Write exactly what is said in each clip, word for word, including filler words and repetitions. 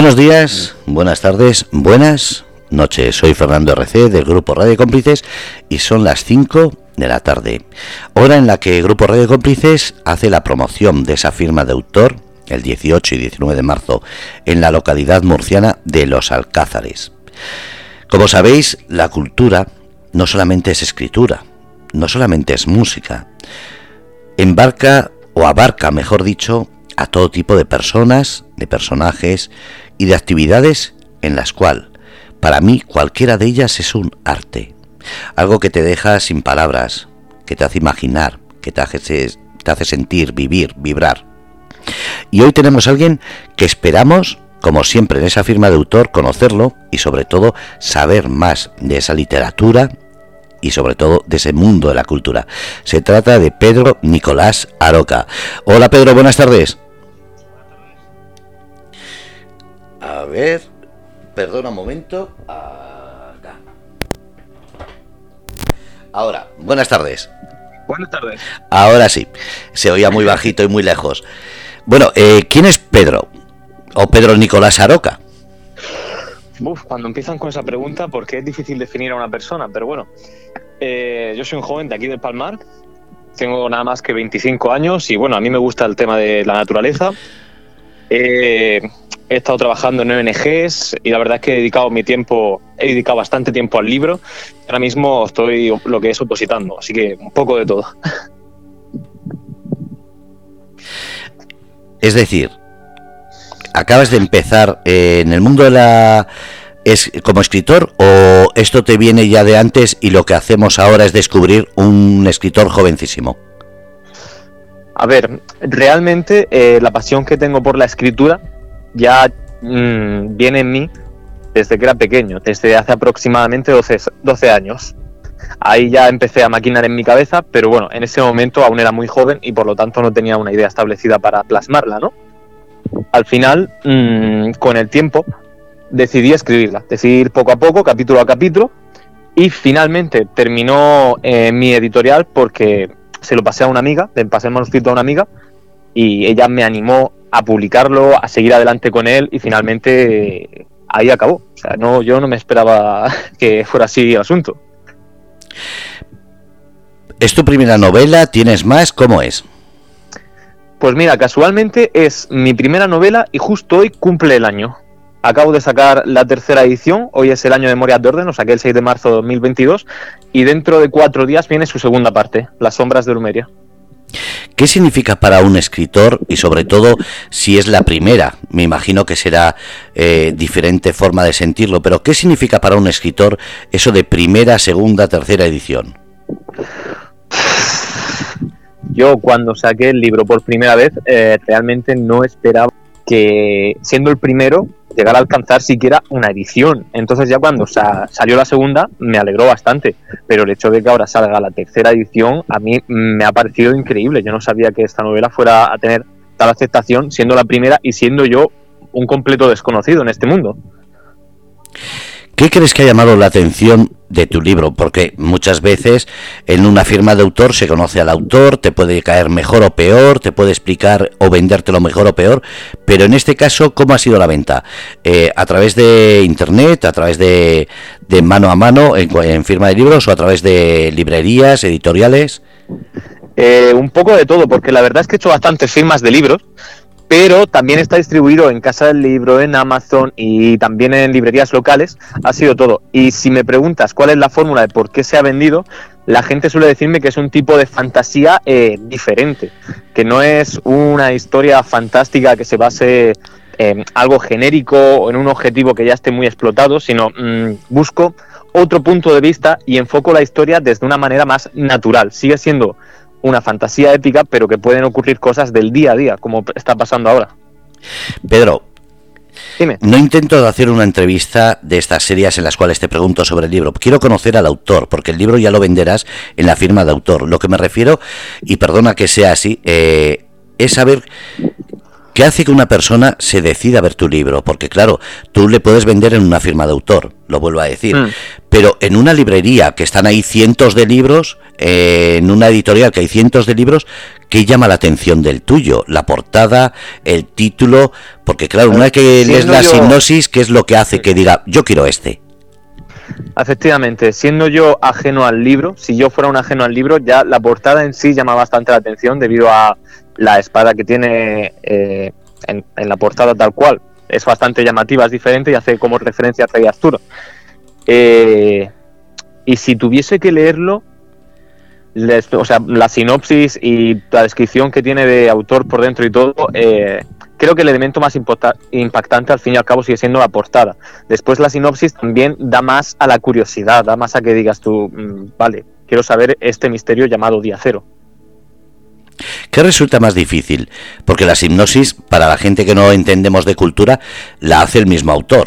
Buenos días, buenas tardes, buenas noches. Soy Fernando R C del Grupo Radio Cómplices y son las cinco de la tarde, hora en la que Grupo Radio Cómplices hace la promoción de esa firma de autor el dieciocho y diecinueve de marzo en la localidad murciana de Los Alcázares. Como sabéis, la cultura no solamente es escritura, no solamente es música, embarca o abarca, mejor dicho, a todo tipo de personas, de personajes y de actividades en las cuales, para mí, cualquiera de ellas es un arte. Algo que te deja sin palabras, que te hace imaginar, que te hace, te hace sentir, vivir, vibrar. Y hoy tenemos a alguien que esperamos, como siempre en esa firma de autor, conocerlo y sobre todo saber más de esa literatura y sobre todo de ese mundo de la cultura. Se trata de Pedro Nicolás Aroca. Hola Pedro, buenas tardes. A ver, perdona un momento. Acá. Ahora, buenas tardes. Buenas tardes. Ahora sí, se oía muy bajito y muy lejos. Bueno, eh, ¿quién es Pedro? ¿O Pedro Nicolás Aroca? Uf, cuando empiezan con esa pregunta, porque es difícil definir a una persona, pero bueno, eh, yo soy un joven de aquí del Palmar, tengo nada más que veinticinco años y bueno, a mí me gusta el tema de la naturaleza. Eh, he estado trabajando en O N Ges y la verdad es que he dedicado mi tiempo, he dedicado bastante tiempo al libro. Ahora mismo estoy lo que es opositando, así que un poco de todo. Es decir, ¿acabas de empezar eh, en el mundo de la es como escritor o esto te viene ya de antes y lo que hacemos ahora es descubrir un escritor jovencísimo? A ver, realmente eh, la pasión que tengo por la escritura ya mmm, viene en mí desde que era pequeño, desde hace aproximadamente doce, doce años. Ahí ya empecé a maquinar en mi cabeza, pero bueno, en ese momento aún era muy joven y por lo tanto no tenía una idea establecida para plasmarla, ¿no? Al final, mmm, con el tiempo, decidí escribirla, decidí ir poco a poco, capítulo a capítulo, y finalmente terminó eh, mi editorial porque se lo pasé a una amiga, le pasé el manuscrito a una amiga, y ella me animó a publicarlo, a seguir adelante con él, y finalmente eh, ahí acabó. O sea, no, yo no me esperaba que fuera así el asunto. ¿Es tu primera novela? ¿Tienes más? ¿Cómo es? Pues mira, casualmente es mi primera novela y justo hoy cumple el año. Acabo de sacar la tercera edición, hoy es el año de Memorias de Orden, lo saqué el seis de marzo de dos mil veintidós y dentro de cuatro días viene su segunda parte, Las sombras de Lumeria. ¿Qué significa para un escritor y sobre todo si es la primera? Me imagino que será eh, diferente forma de sentirlo, pero ¿qué significa para un escritor eso de primera, segunda, tercera edición? Yo cuando saqué el libro por primera vez eh, realmente no esperaba que siendo el primero llegara a alcanzar siquiera una edición. Entonces ya cuando sa- salió la segunda me alegró bastante, pero el hecho de que ahora salga la tercera edición a mí me ha parecido increíble. Yo no sabía que esta novela fuera a tener tal aceptación siendo la primera y siendo yo un completo desconocido en este mundo. ¿Qué crees que ha llamado la atención de tu libro? Porque muchas veces en una firma de autor se conoce al autor, te puede caer mejor o peor, te puede explicar o vendértelo mejor o peor, pero en este caso, ¿cómo ha sido la venta? Eh, ¿A través de internet, a través de, de mano a mano, en, en firma de libros o a través de librerías, editoriales? Eh, un poco de todo, porque la verdad es que he hecho bastantes firmas de libros, pero también está distribuido en Casa del Libro, en Amazon y también en librerías locales, ha sido todo. Y si me preguntas cuál es la fórmula de por qué se ha vendido, la gente suele decirme que es un tipo de fantasía eh, diferente, que no es una historia fantástica que se base en algo genérico o en un objetivo que ya esté muy explotado, sino mmm, busco otro punto de vista y enfoco la historia desde una manera más natural. Sigue siendo una fantasía épica, pero que pueden ocurrir cosas del día a día, como está pasando ahora. Pedro, dime. No intento hacer una entrevista de estas series en las cuales te pregunto sobre el libro. Quiero conocer al autor, porque el libro ya lo venderás en la firma de autor. Lo que me refiero, y perdona que sea así, eh, es saber ¿Qué hace que una persona se decida a ver tu libro? Porque claro, tú le puedes vender en una firma de autor, lo vuelvo a decir, mm. pero en una librería que están ahí cientos de libros, eh, en una editorial que hay cientos de libros, ¿qué llama la atención del tuyo? La portada, el título, porque claro, una vez que lees la yo... sinopsis, ¿qué es lo que hace que diga, yo quiero este? Efectivamente, siendo yo ajeno al libro, si yo fuera un ajeno al libro, ya la portada en sí llama bastante la atención debido a la espada que tiene eh, en, en la portada tal cual. Es bastante llamativa, es diferente y hace como referencia a Rey Arturo. Eh, y si tuviese que leerlo, les, o sea, la sinopsis y la descripción que tiene de autor por dentro y todo, eh, creo que el elemento más impactante al fin y al cabo sigue siendo la portada. Después la sinopsis también da más a la curiosidad, da más a que digas tú, mmm, vale, quiero saber este misterio llamado Día Cero. ¿Qué resulta más difícil? Porque la sinopsis, para la gente que no entendemos de cultura, la hace el mismo autor.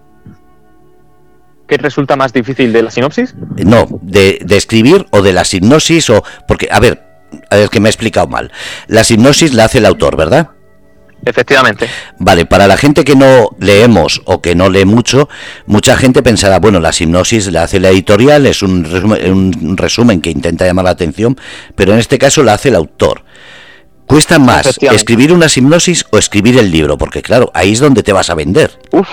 ¿Qué resulta más difícil de la sinopsis? No, de, de escribir o de la sinopsis o... Porque, a ver, a ver, que me he explicado mal. La sinopsis la hace el autor, ¿verdad? Efectivamente. Vale, para la gente que no leemos o que no lee mucho, mucha gente pensará, bueno, la sinopsis la hace la editorial, es un resumen, un resumen que intenta llamar la atención, pero en este caso la hace el autor. ¿Cuesta más escribir una sinopsis o escribir el libro? Porque claro, ahí es donde te vas a vender. Uf.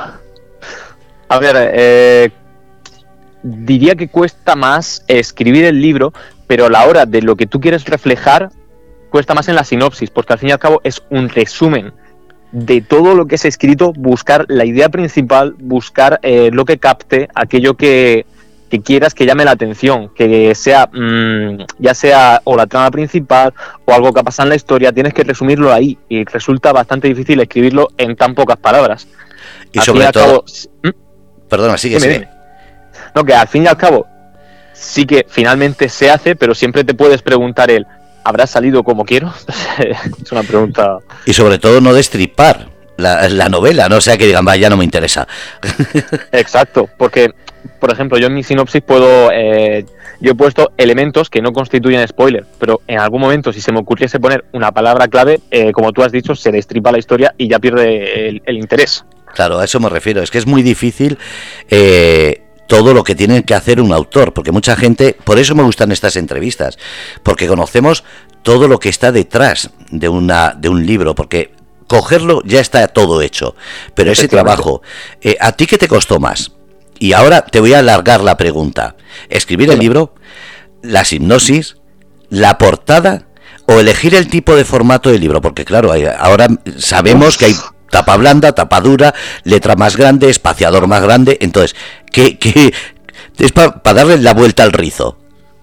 A ver, eh, diría que cuesta más escribir el libro, pero a la hora de lo que tú quieres reflejar, cuesta más en la sinopsis, porque al fin y al cabo es un resumen de todo lo que es escrito, buscar la idea principal, buscar eh, lo que capte, aquello que, que quieras que llame la atención, que sea, mmm, ya sea o la trama principal o algo que ha pasado en la historia, tienes que resumirlo ahí, y resulta bastante difícil escribirlo en tan pocas palabras. Y al sobre todo... Cabo, ¿Mm? Perdona, sigue, dime, sigue. Dime. No, que al fin y al cabo sí que finalmente se hace, pero siempre te puedes preguntar el ¿habrá salido como quiero? Es una pregunta... Y sobre todo no destripar la, la novela, no sea que digan, vaya, no me interesa. Exacto, porque, por ejemplo, yo en mi sinopsis puedo... Eh, yo he puesto elementos que no constituyen spoiler, pero en algún momento, si se me ocurriese poner una palabra clave, eh, como tú has dicho, se destripa la historia y ya pierde el, el interés. Claro, a eso me refiero, es que es muy difícil... Eh, todo lo que tiene que hacer un autor, porque mucha gente, por eso me gustan estas entrevistas, porque conocemos todo lo que está detrás de una de un libro, porque cogerlo ya está todo hecho, pero ese trabajo, eh, ¿a ti qué te costó más? Y ahora te voy a alargar la pregunta, ¿escribir el libro, la sinopsis, la portada o elegir el tipo de formato del libro? Porque claro, hay, ahora sabemos que hay tapa blanda, tapa dura, letra más grande, espaciador más grande. Entonces, ¿qué, qué es para pa darle la vuelta al rizo?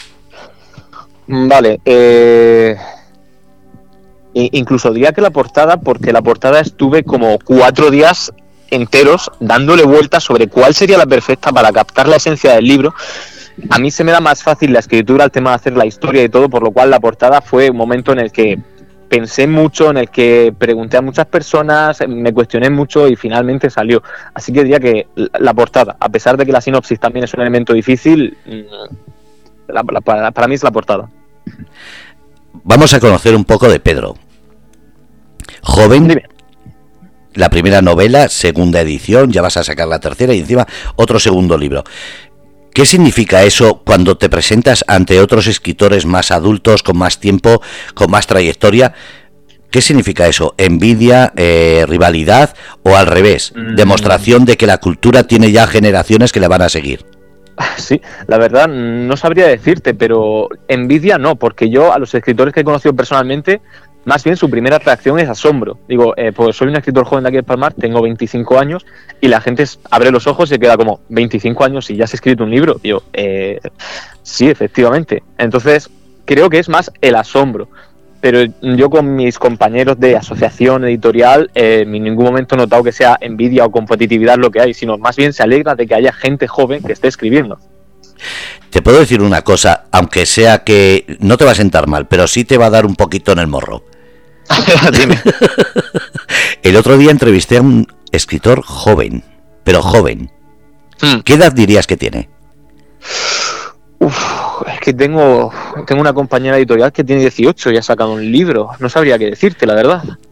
Vale, eh, incluso diría que la portada, porque la portada estuve como cuatro días enteros dándole vueltas sobre cuál sería la perfecta para captar la esencia del libro. A mí se me da más fácil la escritura, el tema de hacer la historia y todo, por lo cual la portada fue un momento en el que pensé mucho, en el que pregunté a muchas personas, me cuestioné mucho y finalmente salió. Así que diría que la portada, a pesar de que la sinopsis también es un elemento difícil, la, la, para, para mí es la portada. Vamos a conocer un poco de Pedro. Joven, Dime. La primera novela, segunda edición, ya vas a sacar la tercera y encima otro segundo libro. ¿Qué significa eso cuando te presentas ante otros escritores más adultos, con más tiempo, con más trayectoria? ¿Qué significa eso? ¿Envidia, eh, rivalidad o al revés? Mm. Demostración de que la cultura tiene ya generaciones que le van a seguir. Sí, la verdad no sabría decirte, pero envidia no, porque yo a los escritores que he conocido personalmente, más bien su primera reacción es asombro. Digo, eh, pues soy un escritor joven de aquí de Palmar, tengo veinticinco años y la gente abre los ojos y se queda como, veinticinco años y ya has escrito un libro. Y yo, eh, sí, efectivamente. Entonces, creo que es más el asombro. Pero yo con mis compañeros de asociación editorial, eh, en ningún momento he notado que sea envidia o competitividad lo que hay, sino más bien se alegra de que haya gente joven que esté escribiendo. Te puedo decir una cosa, aunque sea que no te va a sentar mal, pero sí te va a dar un poquito en el morro. Dime. El otro día entrevisté a un escritor joven, pero joven. Mm. ¿Qué edad dirías que tiene? Uf, es que tengo tengo una compañera editorial que tiene dieciocho y ha sacado un libro. No sabría qué decirte, la verdad.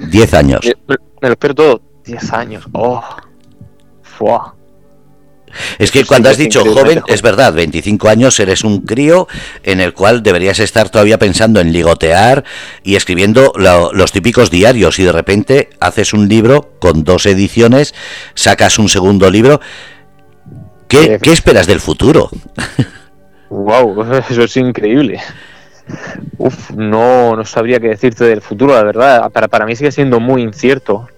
Diez años. Me, me lo espero todo. Diez años. Oh. Fua. Es que cuando has dicho joven, es verdad, veinticinco años, eres un crío en el cual deberías estar todavía pensando en ligotear y escribiendo lo, los típicos diarios, y de repente haces un libro con dos ediciones, sacas un segundo libro. ¿Qué, eh, ¿qué esperas del futuro? Wow, eso es increíble. Uf, no, no sabría qué decirte del futuro, la verdad. Para, para mí sigue siendo muy incierto.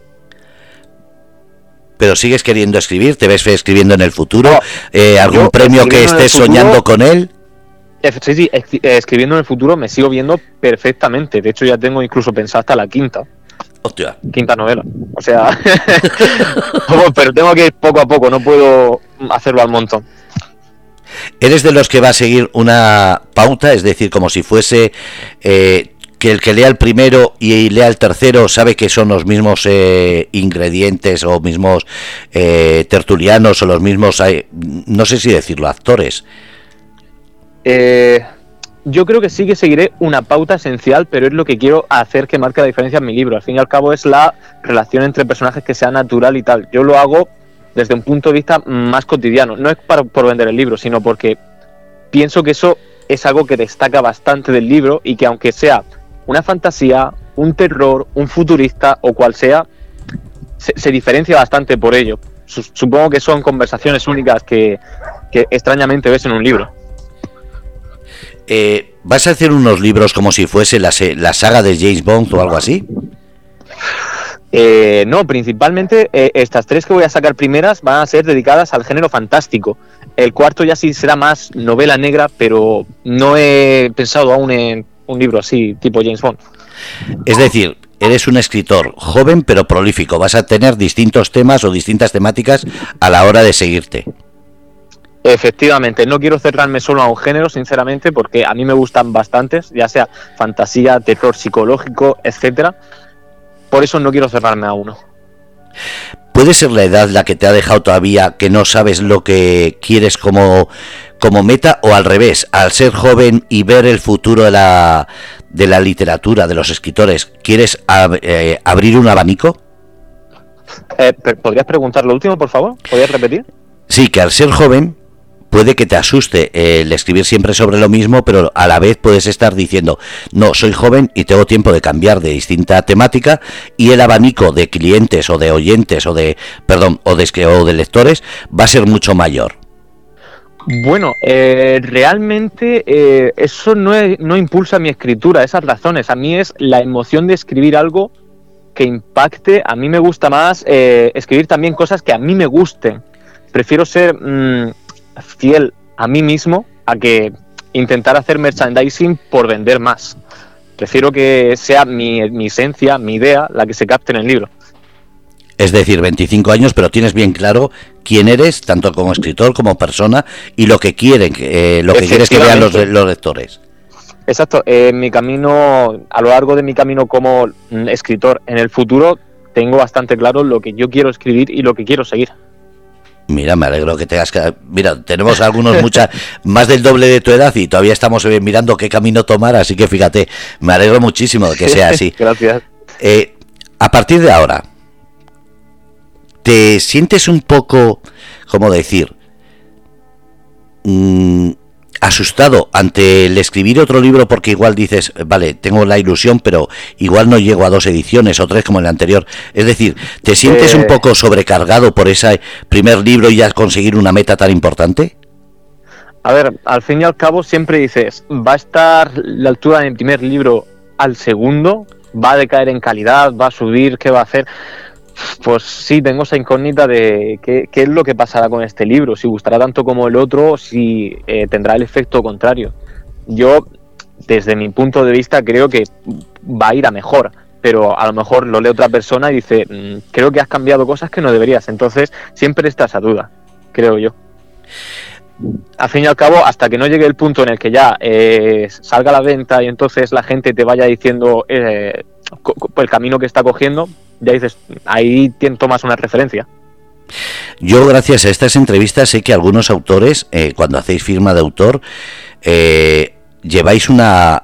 Pero sigues queriendo escribir, te ves escribiendo en el futuro, no, eh, algún premio que estés futuro, soñando con él. Sí, sí, escribiendo en el futuro me sigo viendo perfectamente. De hecho, ya tengo incluso pensado hasta la quinta. Hostia. Quinta novela. O sea, pero tengo que ir poco a poco, no puedo hacerlo al montón. ¿Eres de los que va a seguir una pauta? Es decir, como si fuese... Eh, que el que lea el primero y lea el tercero sabe que son los mismos eh, ingredientes o mismos eh, tertulianos o los mismos, eh, no sé si decirlo, actores. Eh, yo creo que sí que seguiré una pauta esencial, pero es lo que quiero hacer que marque la diferencia en mi libro. Al fin y al cabo es la relación entre personajes que sea natural y tal. Yo lo hago desde un punto de vista más cotidiano. No es para, por vender el libro, sino porque pienso que eso es algo que destaca bastante del libro y que aunque sea una fantasía, un terror, un futurista o cual sea, se, se diferencia bastante por ello. Supongo que son conversaciones únicas que, que extrañamente ves en un libro. Eh, ¿Vas a hacer unos libros como si fuese la, la saga de James Bond o algo así? Eh, no, principalmente eh, estas tres que voy a sacar primeras van a ser dedicadas al género fantástico. El cuarto ya sí será más novela negra, pero no he pensado aún en un libro así, tipo James Bond. Es decir, eres un escritor joven pero prolífico. Vas a tener distintos temas o distintas temáticas a la hora de seguirte. Efectivamente, no quiero cerrarme solo a un género, sinceramente, porque a mí me gustan bastantes, ya sea fantasía, terror psicológico, etcétera. Por eso no quiero cerrarme a uno. ¿Puede ser la edad la que te ha dejado todavía que no sabes lo que quieres como, como meta, o al revés, al ser joven y ver el futuro de la, de la literatura, de los escritores, quieres ab, eh, abrir un abanico? Eh, ¿Podrías preguntar lo último, por favor? ¿Podrías repetir? Sí, que al ser joven puede que te asuste eh, el escribir siempre sobre lo mismo, pero a la vez puedes estar diciendo, no, soy joven y tengo tiempo de cambiar de distinta temática, y el abanico de clientes o de oyentes o de, perdón, o de, o de lectores va a ser mucho mayor. Bueno, eh, realmente eh, eso no, es, no impulsa mi escritura, esas razones. A mí es la emoción de escribir algo que impacte. A mí me gusta más eh, escribir también cosas que a mí me gusten. Prefiero ser mmm, fiel a mí mismo a que intentar hacer merchandising por vender más. Prefiero que sea mi, mi esencia, mi idea, la que se capte en el libro. Es decir, veinticinco años, pero tienes bien claro quién eres, tanto como escritor como persona, y lo que quieren, eh, lo que quieres que vean los, los lectores. Exacto. En eh, mi camino, a lo largo de mi camino como escritor, en el futuro tengo bastante claro lo que yo quiero escribir y lo que quiero seguir. Mira, me alegro que tengas que... Mira, tenemos algunos mucha más del doble de tu edad y todavía estamos mirando qué camino tomar, así que fíjate, me alegro muchísimo de que sea así. Gracias. Eh, a partir de ahora, ¿te sientes un poco, cómo decir, mmm, asustado ante el escribir otro libro, porque igual dices, vale, tengo la ilusión, pero igual no llego a dos ediciones o tres como el anterior? Es decir, ¿te sientes eh... un poco sobrecargado por ese primer libro y ya conseguir una meta tan importante? A ver, al fin y al cabo siempre dices, ¿va a estar la altura del primer libro al segundo? ¿Va a decaer en calidad? ¿Va a subir? ¿Qué va a hacer? Pues sí, tengo esa incógnita de qué, qué es lo que pasará con este libro, si gustará tanto como el otro, si eh, tendrá el efecto contrario. Yo, desde mi punto de vista, creo que va a ir a mejor, pero a lo mejor lo lee otra persona y dice, mmm, creo que has cambiado cosas que no deberías, entonces siempre está esa duda, creo yo. Al fin y al cabo, hasta que no llegue el punto en el que ya eh, salga a la venta y entonces la gente te vaya diciendo eh, el camino que está cogiendo, ya dices, ahí tomas una referencia. Yo, gracias a estas entrevistas, sé que algunos autores, eh, cuando hacéis firma de autor, eh, lleváis una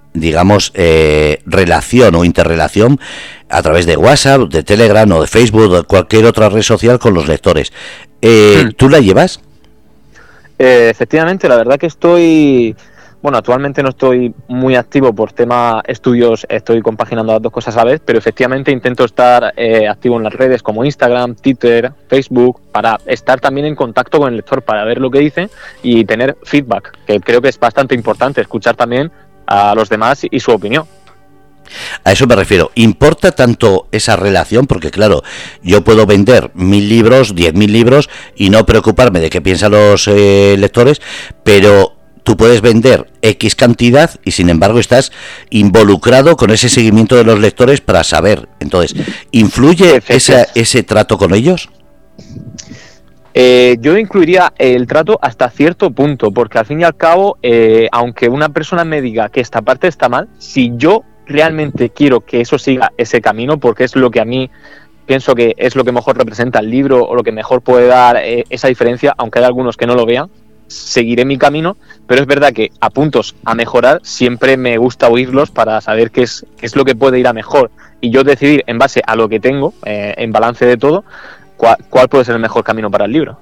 digamos, eh, relación o interrelación a través de WhatsApp, de Telegram o de Facebook o de cualquier otra red social con los lectores. Eh, Hmm. ¿Tú la llevas? Eh, efectivamente, la verdad que estoy, bueno, actualmente no estoy muy activo por tema estudios, estoy compaginando las dos cosas a la vez, pero efectivamente intento estar eh, activo en las redes como Instagram, Twitter, Facebook, para estar también en contacto con el lector, para ver lo que dice y tener feedback, que creo que es bastante importante, escuchar también a los demás y su opinión. A eso me refiero. ¿Importa tanto esa relación? Porque claro, yo puedo vender mil libros, diez mil libros y no preocuparme de qué piensan los eh, lectores, pero tú puedes vender X cantidad y sin embargo estás involucrado con ese seguimiento de los lectores para saber. Entonces, ¿influye esa, ese trato con ellos? Eh, yo incluiría el trato hasta cierto punto, porque al fin y al cabo, eh, aunque una persona me diga que esta parte está mal, si yo realmente quiero que eso siga ese camino, porque es lo que a mí pienso que es lo que mejor representa el libro o lo que mejor puede dar eh, esa diferencia, aunque hay algunos que no lo vean, seguiré mi camino, pero es verdad que a puntos a mejorar siempre me gusta oírlos para saber qué es, qué es lo que puede ir a mejor y yo decidir en base a lo que tengo, eh, en balance de todo, cuál, cuál puede ser el mejor camino para el libro.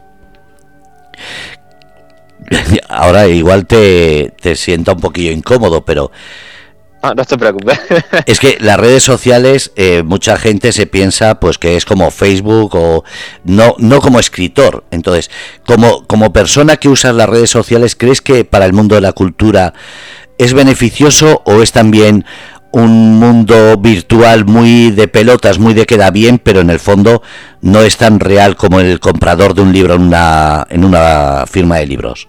Ahora igual te, te sienta un poquillo incómodo, pero Ah, no te preocupes. es que las redes sociales, eh, mucha gente se piensa pues que es como Facebook o no no como escritor. Entonces, como como persona que usas las redes sociales, ¿crees que para el mundo de la cultura es beneficioso o es también un mundo virtual muy de pelotas, muy de queda bien, pero en el fondo no es tan real como el comprador de un libro en una en una firma de libros?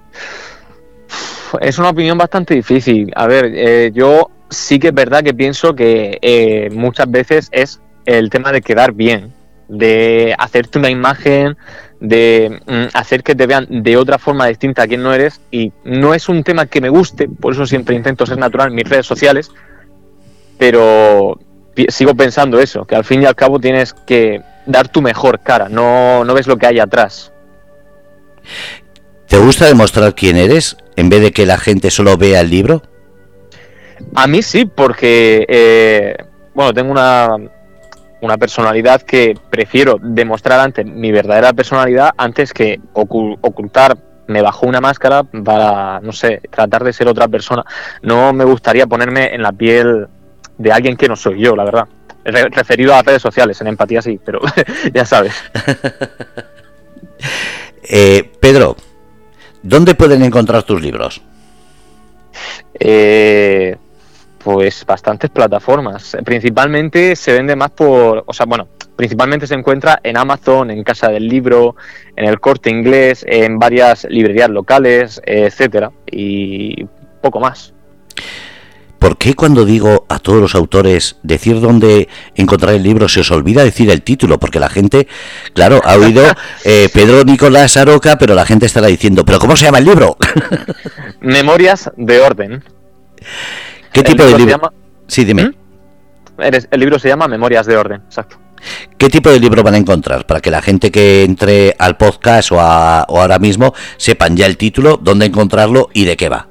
Es una opinión bastante difícil. A ver, eh, yo sí que es verdad que pienso que eh, muchas veces es el tema de quedar bien, de hacerte una imagen, de mm, hacer que te vean de otra forma distinta a quien no eres, y no es un tema que me guste, por eso siempre intento ser natural en mis redes sociales, pero pi- sigo pensando eso, que al fin y al cabo tienes que dar tu mejor cara, no, no ves lo que hay atrás. ¿Te gusta demostrar quién eres en vez de que la gente solo vea el libro? A mí sí, porque eh, bueno, tengo una, una personalidad que prefiero demostrar antes mi verdadera personalidad antes que ocu- ocultarme bajo una máscara para, no sé, tratar de ser otra persona. No me gustaría ponerme en la piel de alguien que no soy yo, la verdad. Re- referido a las redes sociales, en empatía sí, pero ya sabes. eh, Pedro, ¿dónde pueden encontrar tus libros? Eh, pues bastantes plataformas. Principalmente se vende más por, o sea, bueno, principalmente se encuentra en Amazon, en Casa del Libro, en el Corte Inglés, en varias librerías locales, eh, etcétera, y poco más. ¿Por qué cuando digo a todos los autores decir dónde encontrar el libro se os olvida decir el título? Porque la gente, claro, ha oído eh, Pedro Nicolás Aroca, pero la gente estará diciendo, ¿pero cómo se llama el libro? Memorias de Orden. ¿Qué El tipo de libro se libro? llama- Sí, dime. ¿Mm? Eres- El libro se llama Memorias de Orden, exacto. ¿Qué tipo de libro van a encontrar? Para que la gente que entre al podcast o, a, o ahora mismo sepan ya el título, dónde encontrarlo y de qué va.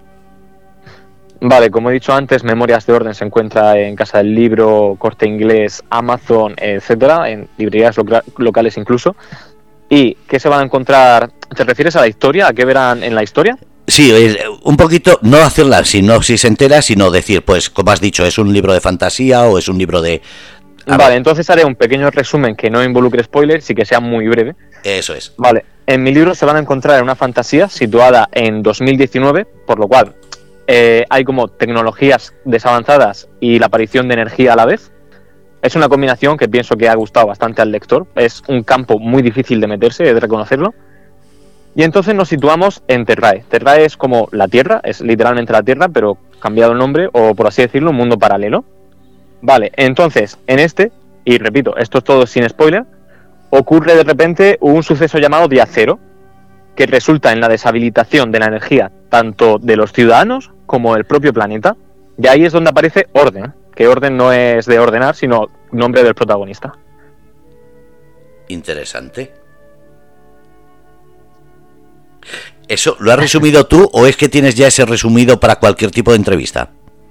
Vale, como he dicho antes, Memorias de Orden se encuentra en Casa del Libro, Corte Inglés, Amazon, etcétera, en librerías loca- locales incluso. ¿Y qué se van a encontrar? ¿Te refieres a la historia? ¿A qué verán en la historia? Sí, es, un poquito, no hacerla sino si se entera, sino decir, pues, como has dicho, ¿es un libro de fantasía o es un libro de...? A Vale, ver, entonces haré un pequeño resumen que no involucre spoilers y que sea muy breve. eso es. Vale, en mi libro se van a encontrar en una fantasía situada en dos mil diecinueve, por lo cual eh, hay como tecnologías desavanzadas y la aparición de energía a la vez. Es una combinación que pienso que ha gustado bastante al lector. Es un campo muy difícil de meterse, he de reconocerlo. Y entonces nos situamos en Terrae. Terrae es como la Tierra, es literalmente la Tierra, pero cambiado el nombre, o por así decirlo, un mundo paralelo. Vale, entonces, en este, y repito, esto es todo sin spoiler, ocurre de repente un suceso llamado Día Cero, que resulta en la deshabilitación de la energía tanto de los ciudadanos como del propio planeta. Y ahí es donde aparece Orden, que Orden no es de ordenar, sino nombre del protagonista. Interesante. ¿Eso lo has resumido tú o es que tienes ya ese resumido para cualquier tipo de entrevista?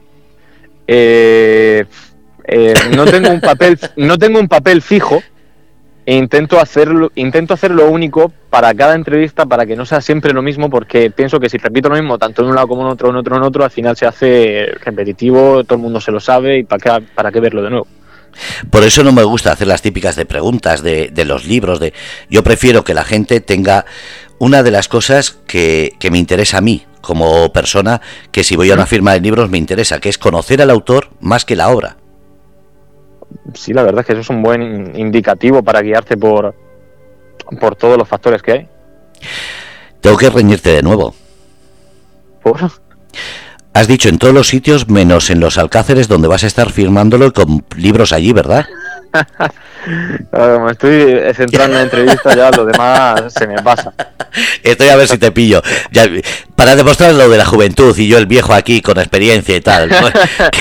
Eh, eh, no tengo un papel, no tengo un papel fijo. E intento hacerlo, intento hacer lo único para cada entrevista para que no sea siempre lo mismo, porque pienso que si repito lo mismo tanto en un lado como en otro, en otro, en otro, al final se hace repetitivo, todo el mundo se lo sabe y para qué, para qué verlo de nuevo. Por eso no me gusta hacer las típicas de preguntas de, de los libros. De, yo prefiero que la gente tenga una de las cosas que, que me interesa a mí como persona, que si voy a una firma de libros me interesa, que es conocer al autor más que la obra. Sí, la verdad es que eso es un buen indicativo para guiarte por, por todos los factores que hay. Tengo que reñirte de nuevo. ¿Por? Has dicho en todos los sitios menos en los Alcáceres, donde vas a estar firmándolo con libros allí, ¿verdad? Como estoy centrando en la entrevista ya, lo demás se me pasa. Estoy a ver si te pillo. Ya, para demostrar lo de la juventud y yo el viejo aquí con experiencia y tal, ¿no?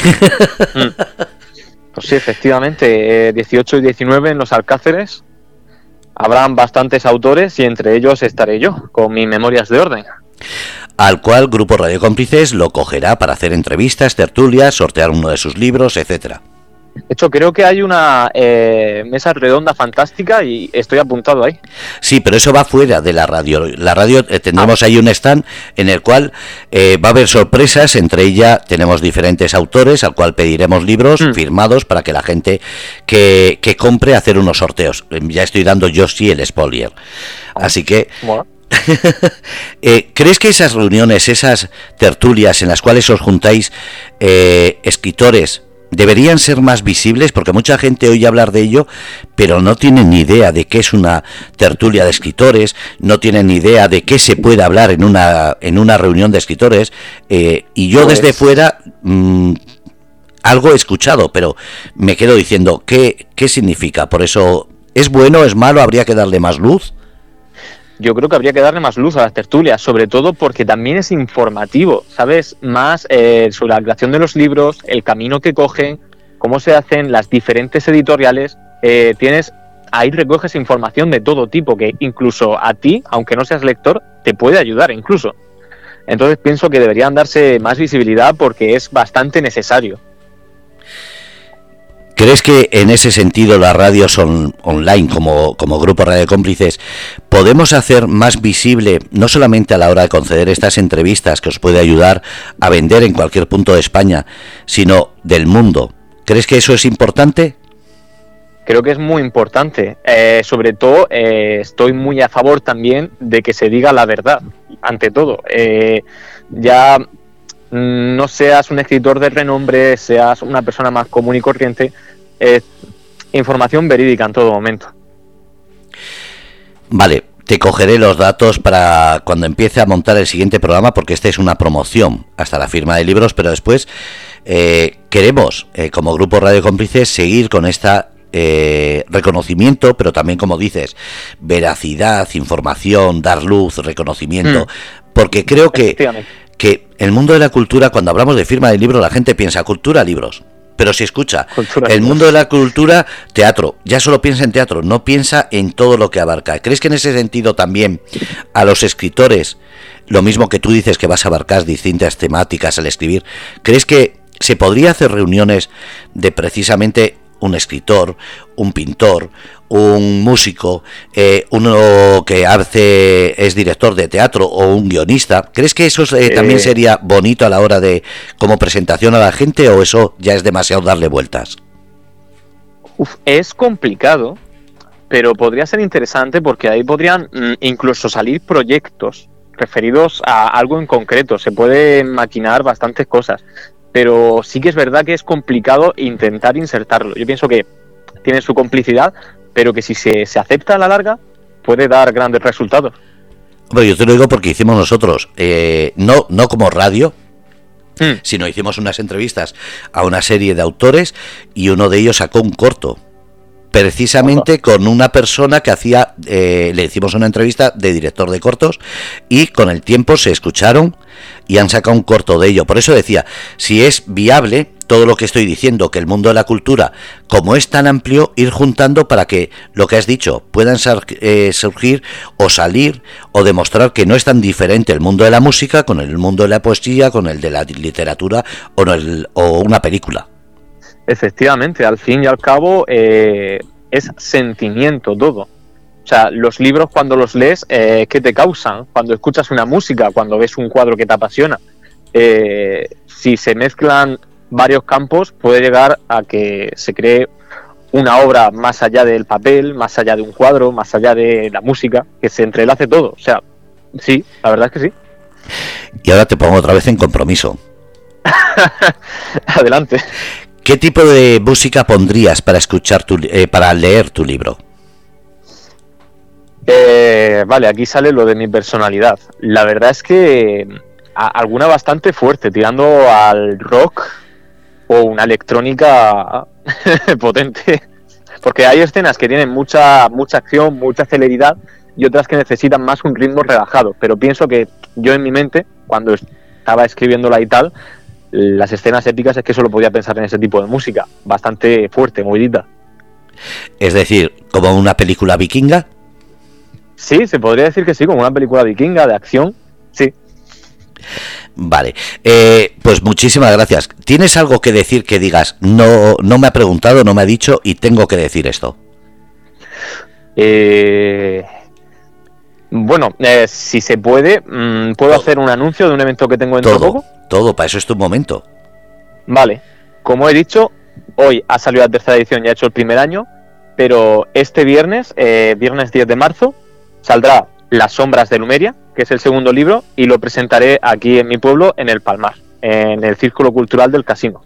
Pues sí, efectivamente, eh, dieciocho y diecinueve en los Alcáceres habrán bastantes autores y entre ellos estaré yo, con mis memorias de orden. Al cual Grupo Radio Cómplices lo cogerá para hacer entrevistas, tertulias, sortear uno de sus libros, etcétera. De hecho, creo que hay una eh, mesa redonda fantástica y estoy apuntado ahí. Sí, pero eso va fuera de la radio. La radio eh, tendremos ah. ahí un stand en el cual eh, va a haber sorpresas. Entre ellas tenemos diferentes autores al cual pediremos libros mm. firmados para que la gente que, que compre hacer unos sorteos. Ya estoy dando yo sí el spoiler. Ah. Así que... Bueno. eh, ¿Crees que esas reuniones, esas tertulias en las cuales os juntáis eh, escritores deberían ser más visibles? Porque mucha gente oye hablar de ello, pero no tienen ni idea de qué es una tertulia de escritores, no tienen ni idea de qué se puede hablar en una en una reunión de escritores, eh, y yo pues... desde fuera mmm, algo he escuchado, pero me quedo diciendo, ¿qué, qué significa? Por eso, ¿es bueno, es malo, habría que darle más luz? Yo creo que habría que darle más luz a las tertulias, sobre todo porque también es informativo, ¿sabes? Más eh, sobre la creación de los libros, el camino que cogen, cómo se hacen las diferentes editoriales. Eh, tienes ahí recoges información de todo tipo que incluso a ti, aunque no seas lector, te puede ayudar incluso. Entonces pienso que deberían darse más visibilidad porque es bastante necesario. ¿Crees que en ese sentido las radios on, online, como, como Grupo Radio Cómplices, podemos hacer más visible, no solamente a la hora de conceder estas entrevistas que os puede ayudar a vender en cualquier punto de España, sino del mundo? ¿Crees que eso es importante? Creo que es muy importante. Eh, sobre todo, eh, estoy muy a favor también de que se diga la verdad, ante todo. Eh, ya... no seas un escritor de renombre, seas una persona más común y corriente, eh, información verídica en todo momento. Vale, te cogeré los datos para cuando empiece a montar el siguiente programa, porque esta es una promoción hasta la firma de libros, pero después eh, queremos, eh, como Grupo Radio Cómplices, seguir con esta Eh, reconocimiento, pero también, como dices, veracidad, información, dar luz, reconocimiento, mm. porque creo que que el mundo de la cultura, cuando hablamos de firma de libros, la gente piensa cultura, libros, pero si escucha cultura, el libros. Mundo de la cultura, teatro, ya solo piensa en teatro, no piensa en todo lo que abarca. ¿Crees que en ese sentido también a los escritores, lo mismo que tú dices que vas a abarcar distintas temáticas al escribir, crees que se podría hacer reuniones de precisamente un escritor, un pintor, un músico, eh, uno que hace es director de teatro o un guionista? ¿Crees que eso eh, también sería bonito a la hora de como presentación a la gente, o eso ya es demasiado darle vueltas? Uf, es complicado, pero podría ser interesante porque ahí podrían mm, incluso salir proyectos referidos a algo en concreto. Se pueden maquinar bastantes cosas. Pero sí que es verdad que es complicado intentar insertarlo. Yo pienso que tiene su complicidad, pero que si se, se acepta a la larga, puede dar grandes resultados. Bueno, yo te lo digo porque hicimos nosotros, eh, no, no como radio, hmm. sino hicimos unas entrevistas a una serie de autores y uno de ellos sacó un corto, precisamente Ojo. con una persona que hacía, eh, le hicimos una entrevista de director de cortos y con el tiempo se escucharon y han sacado un corto de ello. Por eso decía, si es viable, todo lo que estoy diciendo, que el mundo de la cultura, como es tan amplio, ir juntando para que, lo que has dicho, puedan sar, eh, surgir o salir o demostrar que no es tan diferente el mundo de la música con el mundo de la poesía, con el de la literatura o, no el, o una película. Efectivamente, al fin y al cabo eh, es sentimiento todo. O sea, los libros cuando los lees, eh, ¿qué te causan? Cuando escuchas una música, cuando ves un cuadro que te apasiona. Eh, si se mezclan varios campos, puede llegar a que se cree una obra más allá del papel, más allá de un cuadro, más allá de la música, que se entrelace todo. O sea, sí, la verdad es que sí. Y ahora te pongo otra vez en compromiso. Adelante. ¿Qué tipo de música pondrías para escuchar tu, eh, para leer tu libro? Eh, vale, aquí sale lo de mi personalidad. La verdad es que a, alguna bastante fuerte, tirando al rock o una electrónica potente. Porque hay escenas que tienen mucha, mucha acción, mucha celeridad y otras que necesitan más un ritmo relajado. Pero pienso que yo en mi mente, cuando estaba escribiéndola y tal, las escenas épicas es que solo podía pensar en ese tipo de música, bastante fuerte, movidita. Es decir, como una película vikinga. Sí, se podría decir que sí, como una película vikinga de acción, sí. Vale, eh, pues muchísimas gracias. ¿Tienes algo que decir que digas, no, no me ha preguntado, no me ha dicho y tengo que decir esto? Eh... Bueno, eh, si se puede, mmm, ¿puedo todo. hacer un anuncio de un evento que tengo dentro de poco? Todo, para eso es tu momento. Vale, como he dicho, hoy ha salido la tercera edición, ya he hecho el primer año, pero este viernes, eh, viernes diez de marzo, saldrá Las sombras de Lumeria, que es el segundo libro, y lo presentaré aquí en mi pueblo, en el Palmar, en el Círculo Cultural del Casino.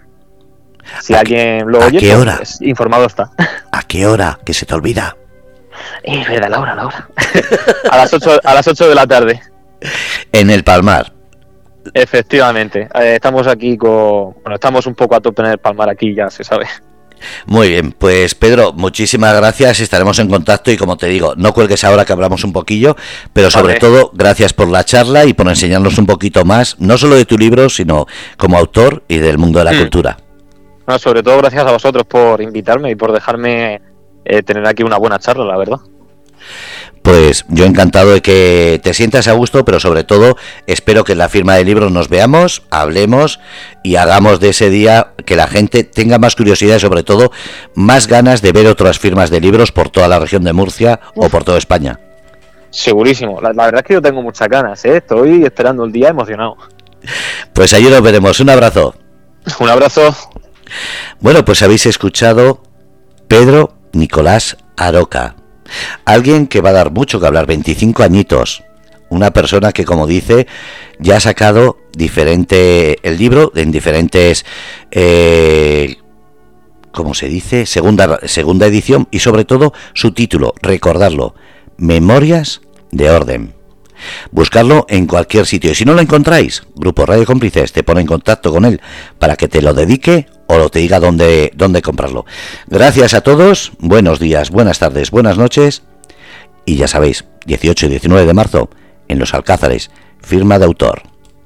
Si alguien lo oye, ¿a qué hora? Pues informado está. ¿A qué hora? Que se te olvida. Eh, es verdad, la hora, la hora. a las ocho, a las ocho de la tarde. En el Palmar. Efectivamente. Eh, estamos aquí con... Bueno, estamos un poco a tope en el Palmar aquí, ya se sabe. Muy bien, pues Pedro, muchísimas gracias, estaremos en contacto y como te digo, no cuelgues ahora que hablamos un poquillo, pero sobre vale. todo gracias por la charla y por enseñarnos un poquito más, no solo de tu libro, sino como autor y del mundo de la mm. cultura. No, sobre todo gracias a vosotros por invitarme y por dejarme eh, tener aquí una buena charla, la verdad. Pues yo encantado de que te sientas a gusto, pero sobre todo espero que en la firma del libro nos veamos, hablemos y hagamos de ese día que la gente tenga más curiosidad y sobre todo más ganas de ver otras firmas de libros por toda la región de Murcia Uf. o por toda España. Segurísimo, la, la verdad es que yo tengo muchas ganas, ¿eh? Estoy esperando el día emocionado. Pues allí nos veremos, un abrazo. Un abrazo. Bueno, pues habéis escuchado Pedro Nicolás Aroca. Alguien que va a dar mucho que hablar, veinticinco añitos, una persona que, como dice, ya ha sacado diferente el libro en diferentes, eh, ¿cómo se dice? Segunda, segunda edición y sobre todo su título, recordarlo, Memorias de Orden. Buscarlo en cualquier sitio y si no lo encontráis, Grupo Radio Cómplices te pone en contacto con él para que te lo dedique o te diga dónde, dónde comprarlo. Gracias a todos, buenos días, buenas tardes, buenas noches y ya sabéis, dieciocho y diecinueve de marzo en Los Alcázares, firma de autor.